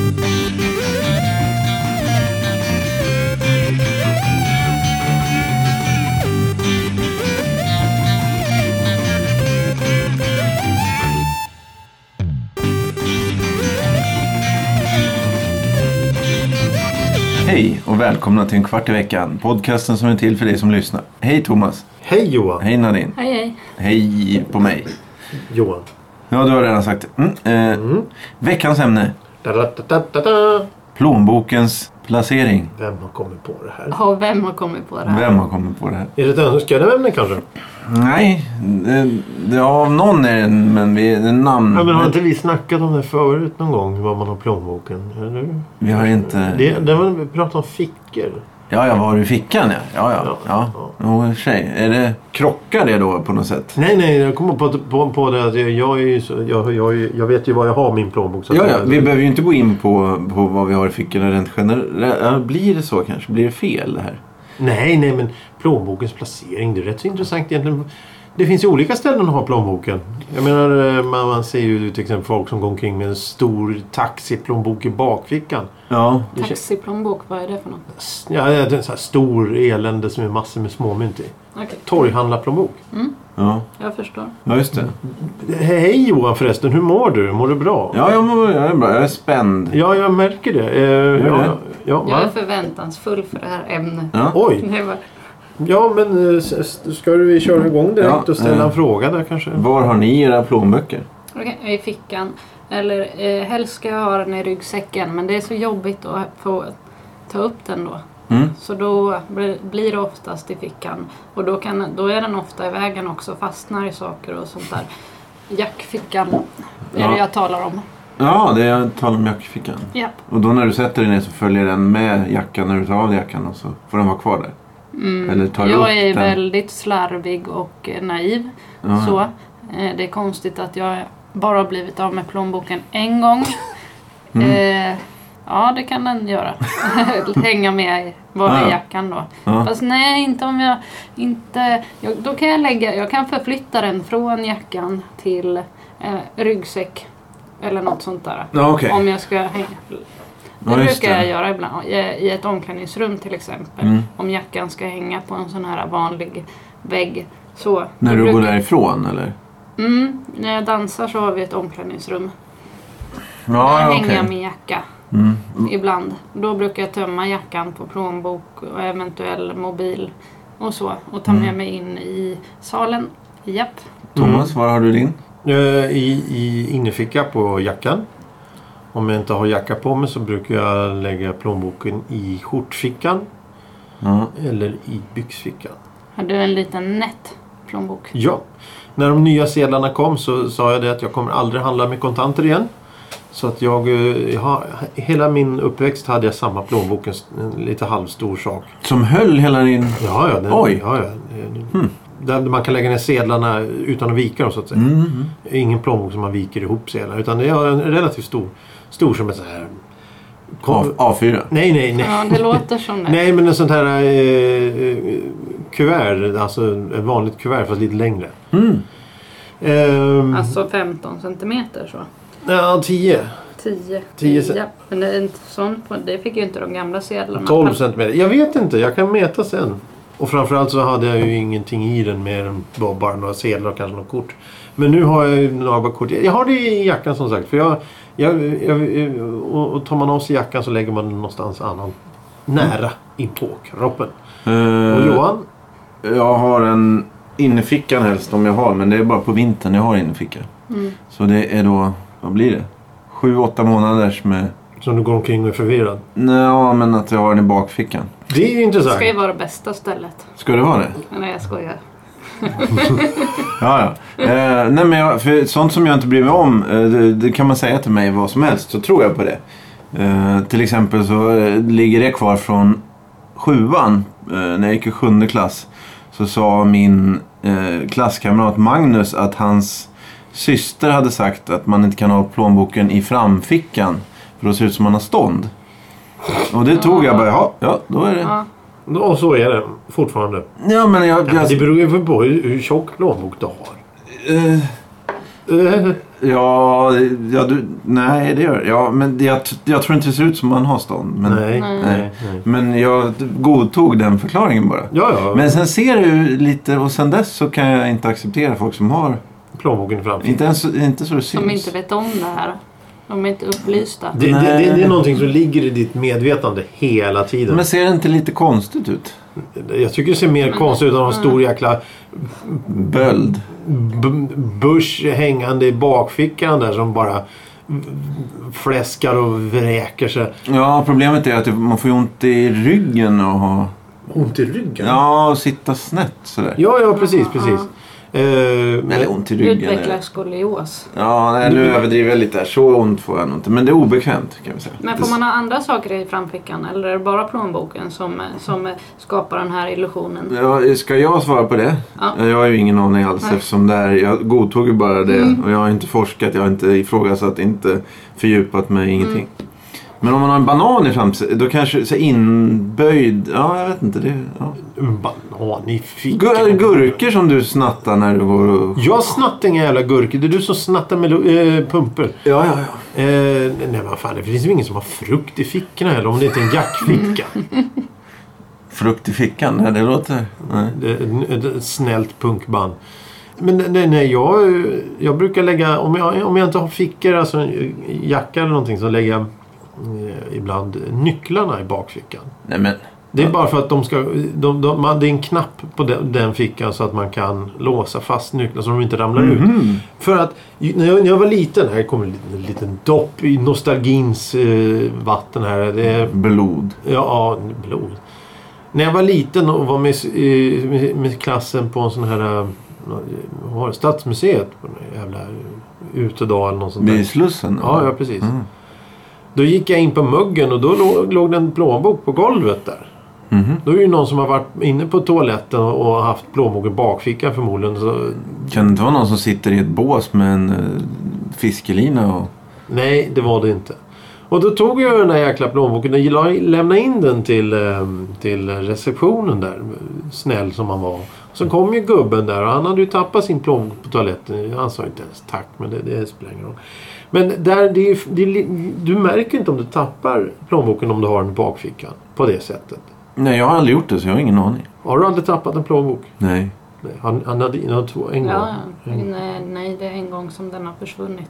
Hej och välkomna till en kvart i veckan. Podcasten som är till för dig som lyssnar. Hej Thomas. Hej Johan. Hej Nadine. Hej. Hej på mig. Johan. Ja, du har redan sagt. Veckans ämne. Da-da-da-da-da. Plånbokens placering. Vem har kommit på det här? Ja, vem har kommit på det här? Vem har kommit på det här? Är det ett önskade ämne kanske? Nej, det av någon är den, men det är namn. Ja, men har inte vi snackat om det förut någon gång? Vad man har plånboken? Eller? Vi har inte... Det var vi pratade om fickor. Ja, var i fickan, ja. Och tjej, är det... Krockar det då på något sätt? Nej, jag kommer på det att jag vet ju vad jag har min plånbok. Så vi behöver ju inte gå in på vad vi har i fickorna rent generellt. Blir det så kanske? Blir det fel det här? Nej, men plånbokens placering, det är rätt så intressant egentligen. Det finns ju olika ställen att ha plånboken. Jag menar, man ser ju till exempel folk som går omkring med en stor taxiplånbok i bakfickan. Ja. Taxiplånbok, vad är det för något? Ja, det är en sån här stor elände som är massor med småmynt i. Okay. Torghandlarplånbok. Ja. Jag förstår. Ja, just det. Hej Johan förresten, hur mår du? Mår du bra? Ja, jag är bra. Jag är spänd. Ja, jag märker det. Jag är förväntansfull för det här ämnet. Ja. Oj! Ja, men ska vi köra igång direkt och ställa en fråga där kanske? Var har ni era plånböcker? Okej, i fickan. Eller helst ska jag ha den i ryggsäcken. Men det är så jobbigt att få ta upp den då. Så då blir det oftast i fickan. Och då är den ofta i vägen också. Fastnar i saker och sånt där. Jackfickan är det jag talar om. Ja, det är jag talar om jackfickan. Ja. Och då när du sätter den ner så följer den med jackan när du tar av jackan och så får den vara kvar där. Eller tar jag är den. väldigt slarvig och naiv. Så det är konstigt att jag bara har blivit av med plånboken en gång. Ja, det kan den göra. Hänga med i jackan då. Ja. Fast nej, inte om jag inte... Då kan jag kan förflytta den från jackan till ryggsäck. Eller något sånt där. Ja, okay. Om jag ska hänga... Det brukar jag göra ibland. I ett omklädningsrum till exempel. Om jackan ska hänga på en sån här vanlig vägg. Så, när du går därifrån eller? När jag dansar så har vi ett omklädningsrum. Ja, där hänger jag min jacka. Ibland. Då brukar jag tömma jackan på plånbok och eventuell mobil. Och så. Och ta med mig in i salen. Japp. Thomas, var har du din? I inneficka på jackan. Om jag inte har jacka på mig så brukar jag lägga plånboken i skjortfickan. Eller i byxfickan. Har du en liten nätt plånbok? Ja. När de nya sedlarna kom så sa jag det att jag kommer aldrig handla med kontanter igen. Så att hela min uppväxt hade jag samma plånbok, en lite halvstor sak. Som höll hela din... Ja. Oj! Ja. Där man kan lägga ner sedlarna utan att vika dem så att säga. Ingen plånbok som man viker ihop sedlarna. Utan det är en relativt stor som ett så här... A4? Nej. Ja, det låter som det. Nej, men en sån här kuvert. Alltså ett vanligt kuvert fast lite längre. Alltså 15 centimeter så. Ja, 10. 10. Ja, men det är inte sånt. Det fick ju inte de gamla sedlarna. 12 centimeter. Jag vet inte, jag kan mäta sen. Och framförallt så hade jag ju ingenting i den mer än bara några sedlar och kanske något kort. Men nu har jag ju några kort. Jag har det i jackan som sagt. För och tar man av sig jackan så lägger man den någonstans annan. Nära in på kroppen. Och Johan? Jag har en innefickan helst om jag har. Men det är bara på vintern jag har innefickan. Så det är då, vad blir det? 7-8 månaders med... Som du går omkring och är förvirrad? Nej, men att jag har den i bakfickan. Det är ju intressant. Det ska ju vara det bästa stället. Ska det vara det? Nej, jag skojar. Ja. Nej, men för sånt som jag inte bryr mig om, det kan man säga till mig vad som helst, så tror jag på det. Till exempel så ligger det kvar från 7:an, när jag gick i 7:e klass. Så sa min klasskamrat Magnus att hans syster hade sagt att man inte kan ha plånboken i framfickan. För då ser det ut som man har stånd. Och det tog jag bara, ja, då är det. Ja. Och så är det fortfarande. Ja, men det beror ju på hur tjock plånbok du har. Ja, nej det gör det. Ja, men jag tror inte det ser ut som man har stånd. Men, Nej. Men jag godtog den förklaringen bara. Ja. Men sen ser det ju lite, och sen dess så kan jag inte acceptera folk som har plånboken framför. Inte så det syns. Som inte vet om det här. De är inte upplysta. Det är någonting som ligger i ditt medvetande hela tiden. Men ser det inte lite konstigt ut? Jag tycker det ser mer konstigt ut än en stor jäkla böld. Börs hängande i bakfickan där som bara fläskar och vräker sig. Ja, problemet är att man får ju ont i ryggen och ha... Ont i ryggen? Ja, och sitta snett sådär. Ja, precis. Eller ont i ryggen. Utvecklar skolios. Ja, nej, nu överdriver jag lite här. Så ont får jag nog inte. Men det är obekvämt kan vi säga. Men får man ha andra saker i framfickan? Eller är det bara plånboken som skapar den här illusionen? Ja, ska jag svara på det? Ja. Jag har ju ingen aning alls eftersom jag godtog ju bara det. Och jag har inte forskat, jag har inte ifrågasatt, inte fördjupat mig, ingenting. Men om man har en banan i framsidan, då kanske så inböjd... Ja, jag vet inte. Det, ja. En banan i fickan. Gurkor som du snattar när du går och... Jag snattar inga jävla gurkor. Det är du som snattar med pumper. Ja. Nej, vad fan. Det finns ju ingen som har frukt i fickorna heller. Om det inte är en jackficka. Frukt i fickan? Nej, det låter... Nej. Det är ett snällt punkband. Men nej, jag brukar lägga... Om jag inte har fickor, alltså en jacka eller någonting, så lägger jag ibland nycklarna i bakfickan. Nej, men... Det är bara för att det är en knapp på den fickan så att man kan låsa fast nycklarna så de inte ramlar ut. För att när jag var liten, här kommer en liten dopp i nostalgins vatten här. Det är, blod. Ja, blod. När jag var liten och var med klassen på en sån här Stadsmuseet på en jävla utedag eller något sånt där. Vid Slussen? Ja, precis. Då gick jag in på muggen och då låg det en plånbok på golvet där. Då är det ju någon som har varit inne på toaletten och haft plånboken bakfickan förmodligen. Så... Kan det inte vara någon som sitter i ett bås med en fiskelina? Och... Nej, det var det inte. Och då tog jag den där jäkla plånboken och lämnade in den till receptionen där. Snäll som han var. Så kom ju gubben där och han hade ju tappat sin plånbok på toaletten. Han sa inte ens tack, men det spelar ingen roll. Men där, du märker inte om du tappar plånboken om du har den i bakfickan på det sättet. Nej, jag har aldrig gjort det så jag har ingen aning. Har du aldrig tappat en plånbok? Nej. Han hade en gång. Ja, nej, det är en gång som den har försvunnit.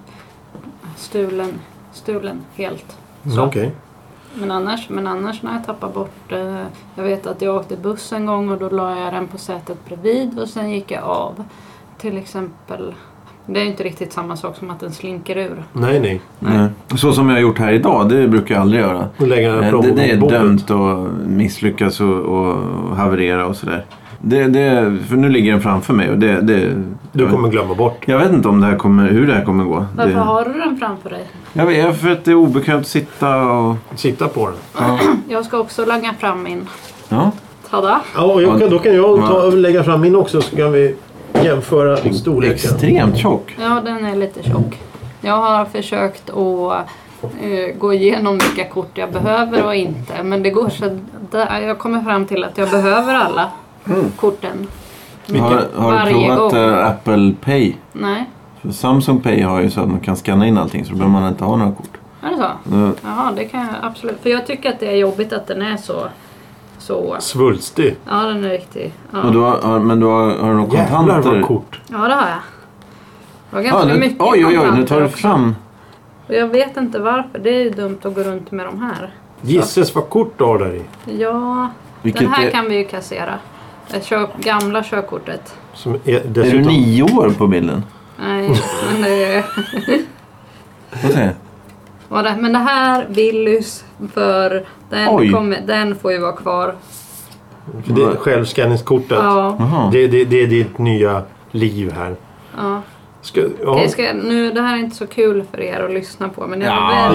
Stulen helt. Okej. Men annars när jag tappar bort... jag vet att jag åkte buss en gång och då la jag den på sätet bredvid och sen gick jag av. Till exempel... Det är inte riktigt samma sak som att den slinker ur. Nej. Så som jag har gjort här idag, det brukar jag aldrig göra. Det är dömt att misslyckas och haverera och sådär. För nu ligger den framför mig och du kommer glömma bort. Jag vet inte om hur det här kommer gå. Varför har du den framför dig? Jag vet, för att det är obekvämt att sitta på den. Ja. Jag ska också langa fram min. Ja. Tada. Ja, då kan jag lägga fram min också så kan vi jämföra storleken. Extremt tjock. Ja, den är lite tjock. Jag har försökt att gå igenom vilka kort jag behöver och inte. Men det går så där. Jag kommer fram till att jag behöver alla korten. Har du provat Apple Pay? Nej. För Samsung Pay har ju så att man kan scanna in allting så då behöver man inte ha några kort. Är det så? Jaha, det kan jag absolut. För jag tycker att det är jobbigt att den är så svulstig. Ja, den är riktig. Ja. Och har du några kontanter? Jävlar vad kort. Ja, det har jag. Det var ganska mycket Oj, nu tar du fram. Och jag vet inte varför. Det är ju dumt att gå runt med de här. Gisses vad kort du har där i. Ja, den här kan vi ju kassera. Gamla körkortet. Som är du 9 år på bilden? Nej, men det Vad säger jag? Men det här Willys för den får ju vara kvar. För det är självskanningskortet. Ja. Det är ditt nya liv här. Ja. Nu, det här är inte så kul för er att lyssna på. Men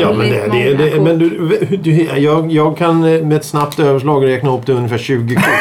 jag kan med ett snabbt överslag räkna upp till ungefär 20 kort.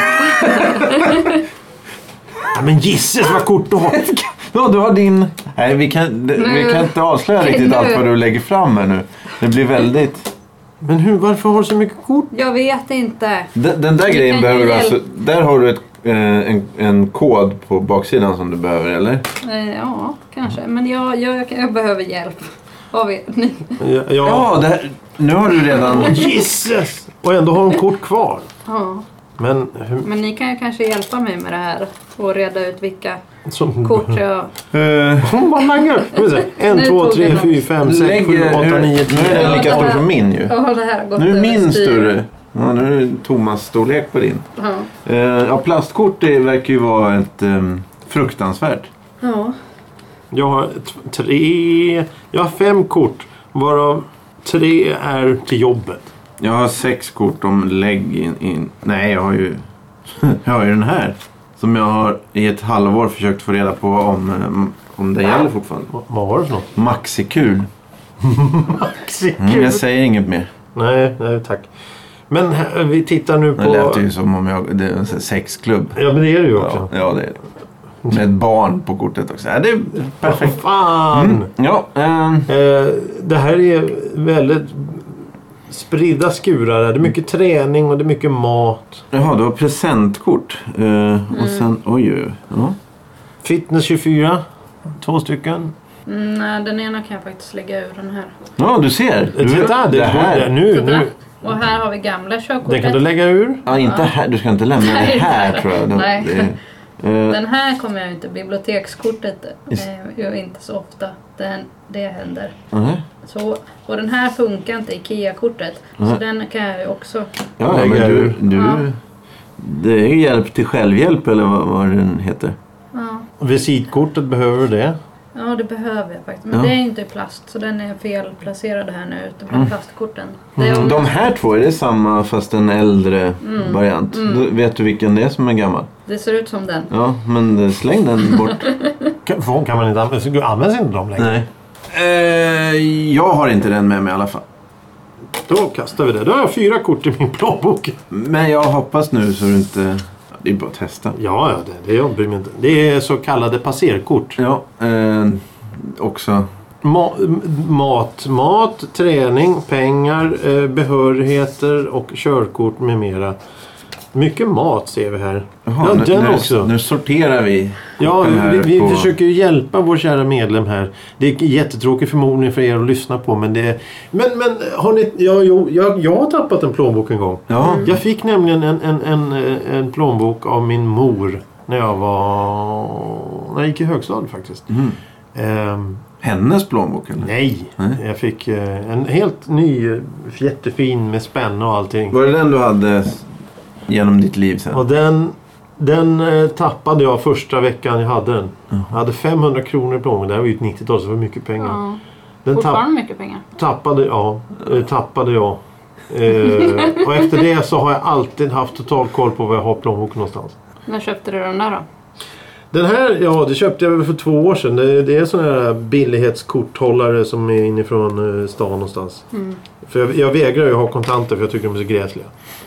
Ja, men gisses vad kort du har. Ja, du har din... Nej, vi kan inte avslöja riktigt allt vad du lägger fram här nu. Det blir väldigt... Men varför har du så mycket kort? Jag vet inte. Den där grejen behöver du alltså... Där har du en kod på baksidan som du behöver, eller? Ja, kanske. Men jag behöver hjälp. Av er. Ja, det här, nu har du redan... Jesus! Och ändå har hon kort kvar. Ja. Men ni kan ju kanske hjälpa mig med det här. Och reda ut vilka som... kort jag... Hon var många. 1, 2, 3, 4, 5, 6, 7, 8, 9, 10. Nu är den lika stor som min ju. Ja, det här har gått Nu är min överstyr. större. Ja, nu är det Thomas storlek på din. Ja. Ja, plastkort det verkar ju vara ett fruktansvärt. Ja. Jag har 3... Jag har 5 kort. Varav 3 är till jobbet. Jag har 6 kort om lägg in. Nej, jag har ju den här. Som jag har i ett halvår försökt få reda på om det gäller fortfarande. Vad var det för något? Maxikul. Maxikul. Jag säger inget mer. Nej, tack. Men vi tittar nu på... Det lät ju som om det är en sexklubb. Ja, men det är det ju också. Ja, det är det. Med ett barn på kortet också. Ja, det är perfekt. Fan! Ja. Det här är väldigt spridda skurar. Det är mycket träning och det är mycket mat. Jaha, du har presentkort. Och sen, oj. Ja. Fitness 24. 2 stycken. Nej, den ena kan jag faktiskt lägga ur den här. Ja, du ser. Titta, det här. Nu. Och här har vi gamla körkortet. Den kan du lägga ur. Ja, inte här. Du ska inte lämna det här, tror jag. Nej. Den här kommer jag inte. Bibliotekskortet gör inte så ofta. Det händer. Så, och den här funkar inte, IKEA-kortet. Så den kan jag ju också lägga ur. Det är ju hjälp till självhjälp, eller vad den heter. Ja. Visitkortet, behöver du det? Ja, det behöver jag faktiskt. Men det är inte i plast. Så den är felplacerad här nu ute bland plastkorten. De här två, är det samma fast en äldre variant? Vet du vilken det är som är gammal? Det ser ut som den. Ja, men släng den bort. Kan man inte använda? Du använder inte dem längre? Nej. Jag har inte den med mig i alla fall. Då kastar vi det. Då har jag 4 kort i min plånbok. Men jag hoppas nu så du inte... Det är bara att testa. Ja, det jag bryr mig inte. Det är så kallade passerkort. Ja, också. Mat, träning, pengar, behörigheter och körkort med mera. Mycket mat ser vi här. Jaha, ja, den också. Nu sorterar vi. Ja, vi försöker ju hjälpa vår kära medlem här. Det är jättetråkigt förmodligen för er att lyssna på, men det är... Men har ni... Jag har tappat en plånbok en gång. Ja. Jag fick nämligen en plånbok av min mor när jag gick i högstadiet faktiskt. Hennes plånbok, eller? Nej. Jag fick en helt ny, jättefin med spänn och allting. Var det den du hade genom ditt liv sen? Och den tappade jag första veckan jag hade den. Jag hade 500 kronor i plånboken. Det här var ju ett 90-tal, så det var mycket pengar. Ja. Den Fortfarande mycket pengar. tappade jag. Och efter det så har jag alltid haft total koll på var jag har plånboken någonstans. När köpte du den där då? Den här, det köpte jag väl för 2 år sedan. Det är sån här billighetskorthållare som är inifrån stan någonstans. För jag vägrar ju ha kontanter för jag tycker de är så gräsliga.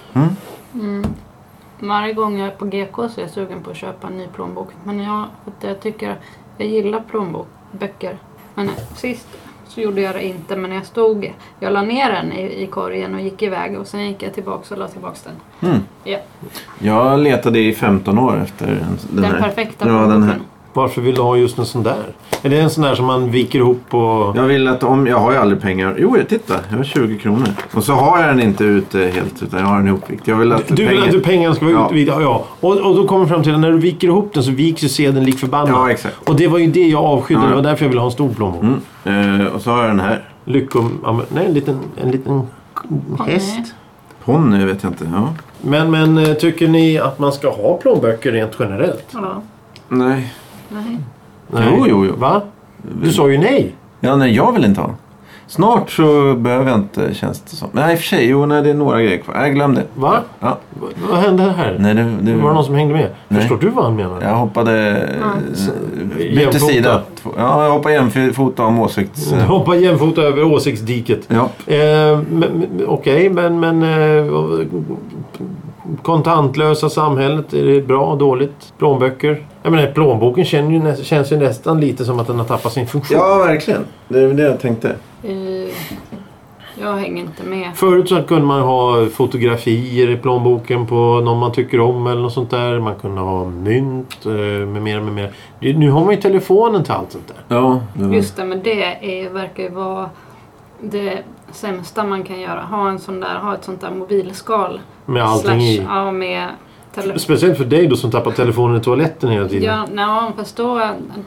Varje gång jag är på GK så är jag sugen på att köpa en ny plånbok. Men jag gillar plånböcker. Men sist så gjorde jag det inte. Men jag la ner den i korgen och gick iväg. Och sen gick jag tillbaka och la tillbaka den. Ja. Jag letade i 15 år efter den här. Perfekta plånboken. plånboken. Varför vill du ha just en sån där? Är det en sån där som man viker ihop på... Jag vill att jag har ju aldrig pengar. Jo, titta. Jag har 20 kronor. Och så har jag den inte ute helt, utan jag har den ihopvikt. Jag vill att du vill att pengarna ska vara ute? Ja. Och då kommer fram till att när du viker ihop den så viks ju sedeln lik förbannat. Ja, exakt. Och det var ju det jag avskydde. Det var därför jag ville ha en stor plånbok. Och så har jag den här. Nej, en liten häst. Ponny vet jag inte. Ja. Men tycker ni att man ska ha plånböcker rent generellt? Ja. Nej. Nej. Jo. Va? Du sa ju nej. Ja, nej, jag vill inte ha. Snart så behöver jag inte, känns det som. Nej, i och för sig. Jo, nej, det är några grejer kvar. Jag glömde. Va? Ja. Vad hände här? Nej, det var det någon som hängde med? Nej. Förstår du vad han menar? Jag hoppade... bytte Jämfota. sida. Ja, jag hoppade jämfota om åsikts... Du hoppar jämfota över åsiktsdiket. Ja. Okej, men kontantlösa samhället, är det bra, dåligt? Plånböcker? Jag menar, plånboken känns ju nästan lite som att den har tappat sin funktion. Ja, verkligen. Det är det jag tänkte. Jag hänger inte med. Förut så kunde man ha fotografier i plånboken på någon man tycker om eller något sånt där. Man kunde ha mynt med mer. Nu har man ju telefonen till allt sånt där. Ja, Just det, men det verkar ju vara det sämsta man kan göra. Ha ett sånt där mobilskal. Med allting i. Ja, med Speciellt för dig då som tappar telefonen i toaletten hela tiden. Ja, fast då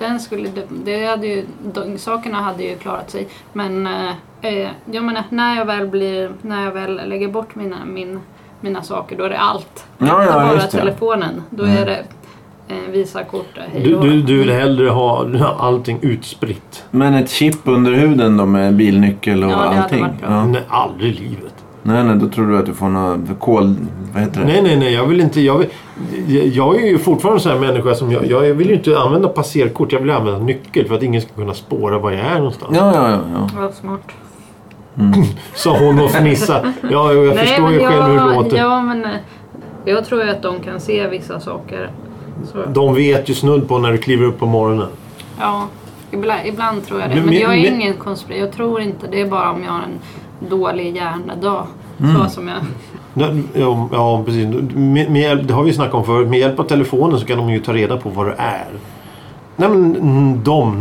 sakerna hade ju klarat sig. Men jag menar, när jag väl lägger bort mina saker, då är det allt. Inte bara telefonen. Då är det Visa-kort. Du vill hellre ha allting utspritt. Men ett chip under huden då med bilnyckel och allting? Nej, aldrig i livet. Nej, då tror du att du får något vad heter det? Nej, jag vill inte. Jag är ju fortfarande en sån här människa som jag vill ju inte använda passerkort. Jag vill använda nyckel för att ingen ska kunna spåra var jag är någonstans. Ja. Vad smart. Sa hon och fnissa. Ja, jag förstår ju själv hur det låter. Ja, men jag tror ju att de kan se vissa saker. Så. De vet ju snudd på när du kliver upp på morgonen. Ja, ibland tror jag det. Men jag är ingen konspirerad. Jag tror inte. Det är bara om jag har en dålig hjärnedag. Så som jag... Ja, precis. Det har vi snackat om förut. Med hjälp av telefonen så kan de ju ta reda på vad du är. Nej, men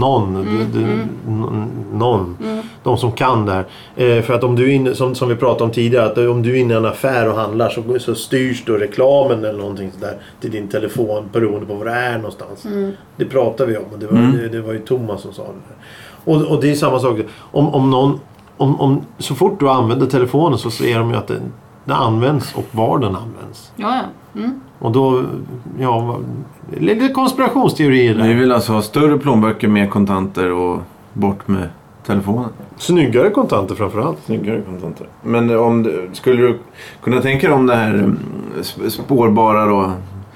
någon. De som kan det här. För att om du är inne, som vi pratade om tidigare, att om du är inne i en affär och handlar så styrs då reklamen eller någonting sådär till din telefon beroende på var du är någonstans. Det pratar vi om och det var ju Thomas som sa det. Och det är samma sak. Om någon så fort du använder telefonen så ser de ju att den används och var den används. Ja. Och då, lite konspirationsteorier där. Vi vill alltså ha större plånböcker med kontanter och bort med telefonen. Snyggare kontanter framförallt. Snyggare kontanter. Men skulle du kunna tänka dig om det här spårbara då,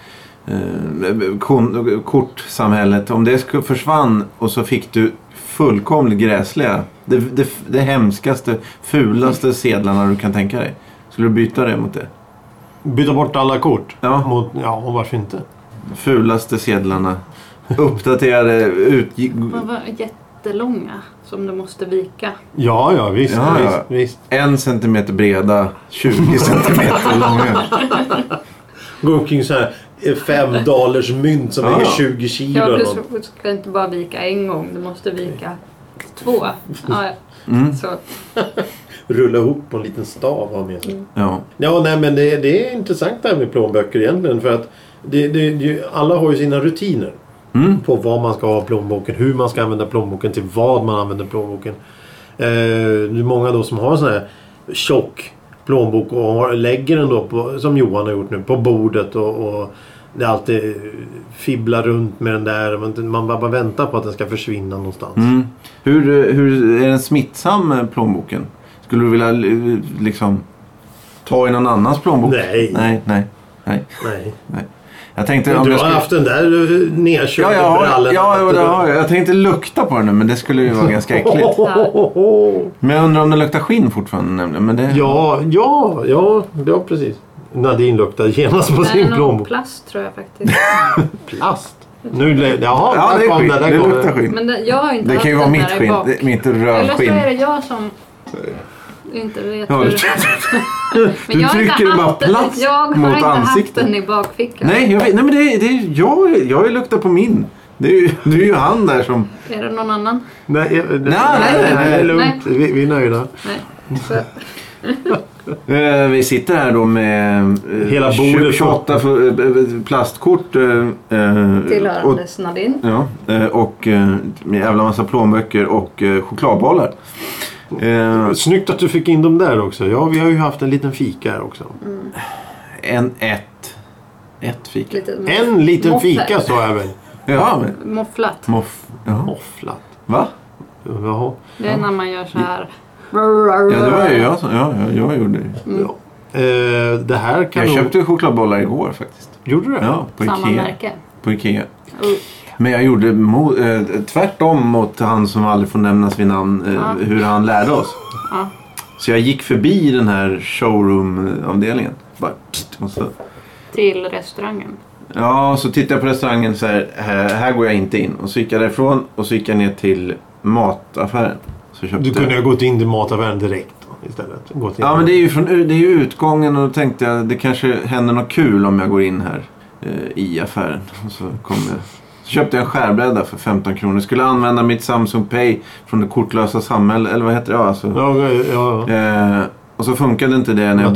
kortsamhället, om det försvann och så fick du fullkomligt gräsliga, det hemskaste, fulaste sedlarna du kan tänka dig. Skulle du byta det mot det? Byta bort alla kort? Ja. Och varför inte? Fulaste sedlarna. Uppdaterade jättelånga som du måste vika. Ja, visst. 1 centimeter breda, 20 centimeter långa. Gå omkring så här $5 mynt som väger 20 kilo. Ja, du ska inte bara vika en gång. Du måste vika 2. Så. Rulla ihop på en liten stav av med sig. Ja, nej, men det är intressant det här med plånböcker egentligen. För att alla har ju sina rutiner. På vad man ska ha plånboken. Hur man ska använda plånboken. Till vad man använder plånboken. Det är många då som har en sån här tjock plånbok och lägger den då på, som Johan har gjort nu, på bordet och det alltid fibblar runt med den där. Man bara väntar på att den ska försvinna någonstans. Hur är den smittsam, plånboken? Skulle du vilja liksom ta i någon annans plånbok? Nej. Jag tänkte, du har haft den där nedköpt brallen. Jag tänkte lukta på den nu, men det skulle ju vara ganska äckligt. Men jag undrar om den luktar skinn fortfarande nämligen. Men det... Ja, precis. Nadine luktar genast på sin plånbok. Plast tror jag faktiskt. Plast? Det luktar skinn. Men jag har inte det kan ju vara mitt skinn, mitt rövskinn. Eller så är det jag som inte vet hur. Du trycker bara plast mot ansiktet. Jag har inte haft den i bakfickan. Nej, men jag luktar på min. Det är ju han där som... Är det någon annan? Nej, det är lugnt. Vi är nöjda. Vi sitter här då med hela bordet 28 plastkort tillhörandes Nadine. Ja, och jävla massa plånböcker och chokladbollar. Snyggt att du fick in dem där också. Ja, vi har ju haft en liten fika här också. Ett fika. En liten fika sa jag väl. Ja, men mofflat. Mofflat. Va? Jaha. Det är när man gör så här. Ja, det var ju jag som jag gjorde det. Det här kan jag köpte chokladbollar igår faktiskt. Gjorde du det? Ja, på samma Ikea. märke. På Ikea. Men jag gjorde tvärtom mot han som aldrig får nämnas vid namn, hur han lärde oss. Så jag gick förbi den här showroom-avdelningen. Bara, och så. Till restaurangen. Ja, så tittade jag på restaurangen så här går jag inte in. Och så gick jag därifrån och så gick jag ner till mataffären. Så köpte... Du kunde ha gått in i mataffären direkt då, istället. Ja, men det är ju utgången och då tänkte jag det kanske händer något kul om jag går in här i affären. Och så köpte jag en skärbräda för 15 kronor. Skulle använda mitt Samsung Pay från det kortlösa samhället. Eller vad heter det? Ja, alltså. Ja. Och så funkade inte det när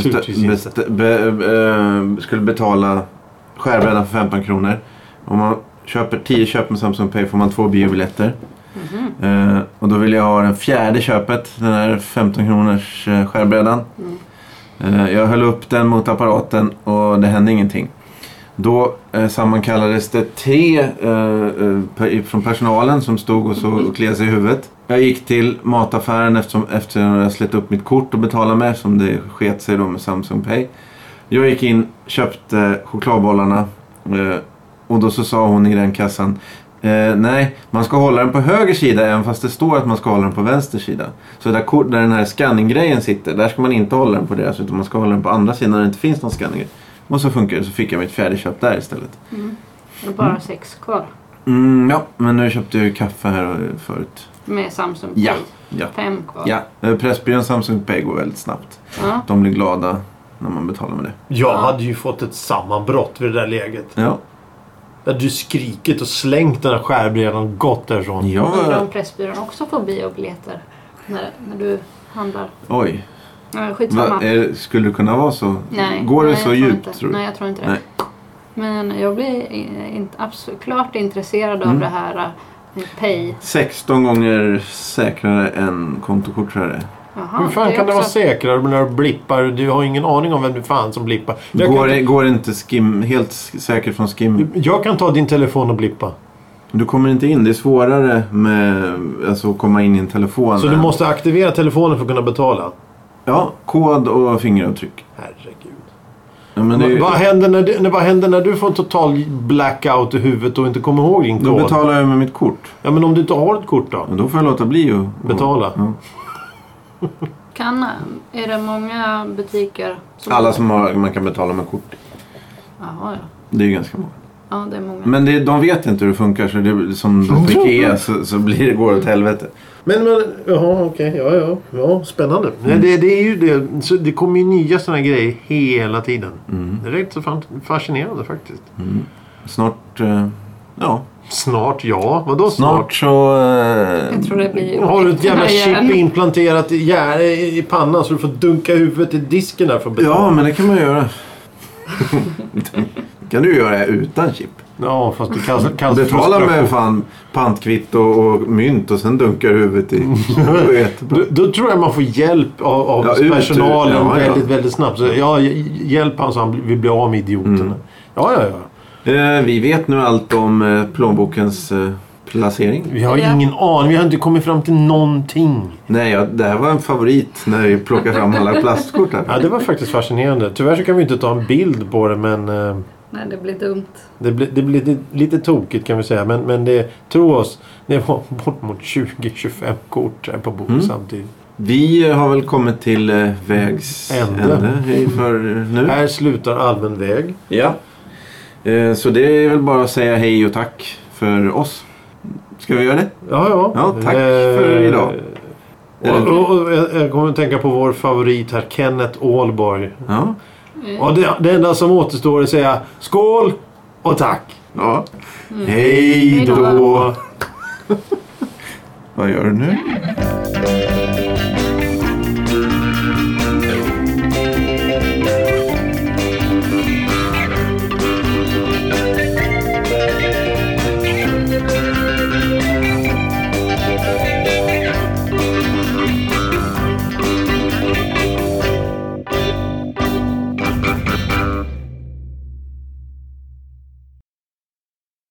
jag skulle betala skärbrädan för 15 kronor. Om man köper 10 köp med Samsung Pay får man 2 biobiljetter. Och då vill jag ha den fjärde köpet. Den där 15 kronors skärbrädan. Jag höll upp den mot apparaten och det hände ingenting. Då sammankallades det 3 från personalen som stod och kliade sig i huvudet. Jag gick till mataffären efter att jag slet upp mitt kort och betalade med som det sket sig då med Samsung Pay. Jag gick in, köpte chokladbollarna och då så sa hon i den kassan nej, man ska hålla den på höger sida även fast det står att man ska hålla den på vänster sida. Så där den här scanninggrejen sitter, där ska man inte hålla den på deras utan man ska hålla den på andra sidan när det inte finns någon scanning. Och så funkar det, så fick jag mitt färdigt köp där istället. Det är bara 6 kvar. Ja, men nu köpte jag ju kaffe här förut. Med Samsung Pay. Ja. 5 kvar. Ja, Pressbyrån Samsung Pay går väldigt snabbt. Ja. De blir glada när man betalar med det. Jag hade ju fått ett sammanbrott vid det där läget. Ja. Jag hade ju skrikit och slängt den här skärbrädan gott därifrån. Undrar om Pressbyrån också får biobiljetter när du handlar. Oj. Skitsamma. Skulle det kunna vara så? Nej. Går det så djupt tror du? Nej, jag tror inte det. Nej. Men jag blir klart intresserad av det här Pay. 16 gånger säkrare än kontokort tror jag det. Jaha, Hur fan kan det vara säkrare när du blippar? Du har ingen aning om vem du fan som blippar. Går inte helt säkert från skim? Jag kan ta din telefon och blippa. Du kommer inte in. Det är svårare med att komma in i en telefon. Så du måste aktivera telefonen för att kunna betala? Ja, kod och fingeravtryck. Herregud. Ja, men det... vad händer när du får en total blackout i huvudet och inte kommer ihåg din kod? Då betalar jag med mitt kort. Ja, men om du inte har ett kort då? Ja, då får jag låta bli att betala. Ja. Är det många butiker som alla som man kan betala med kort? Jaha, ja. Det är ju ganska många. Ja, det är många. Men de vet inte hur det funkar så det, som de fick Ikea så går det åt helvete. Men jaha, okej. Ja, spännande. Det är ju det. Så det kommer ju nya sådana grejer hela tiden. Det är rätt så fascinerande faktiskt. Snart, Snart, ja. Vadå snart? Så... Jag tror det blir har du ett jävla chip implanterat i pannan så du får dunka huvudet i disken där för att betala? Ja, men det kan man göra. Kan du göra det utan chip? Ja, fast du kan betala med fan pantkvitt och mynt och sen dunkar huvudet i. Då tror jag man får hjälp av personalen väldigt, väldigt snabbt. Så hjälp han så han vill bli av med idioterna. Ja. Vi vet nu allt om plånbokens placering. Vi har ingen aning. Vi har inte kommit fram till någonting. Nej, det här var en favorit när vi plockade fram alla plastkort här. Ja, det var faktiskt fascinerande. Tyvärr så kan vi inte ta en bild på det, men... Nej, det blir dumt. Det blir lite tokigt kan vi säga. Men det, tro oss, det var bort mot 20-25 kort här på bordet samtidigt. Vi har väl kommit till vägs ände för nu. Här slutar allmän väg. Ja. Så det är väl bara att säga hej och tack för oss. Ska vi göra det? Ja, tack för idag. Och jag kommer att tänka på vår favorit här, Kenneth Ålborg. Ja. Och det enda som återstår är att säga skål och tack. Ja. Hej då. Vad gör du nu?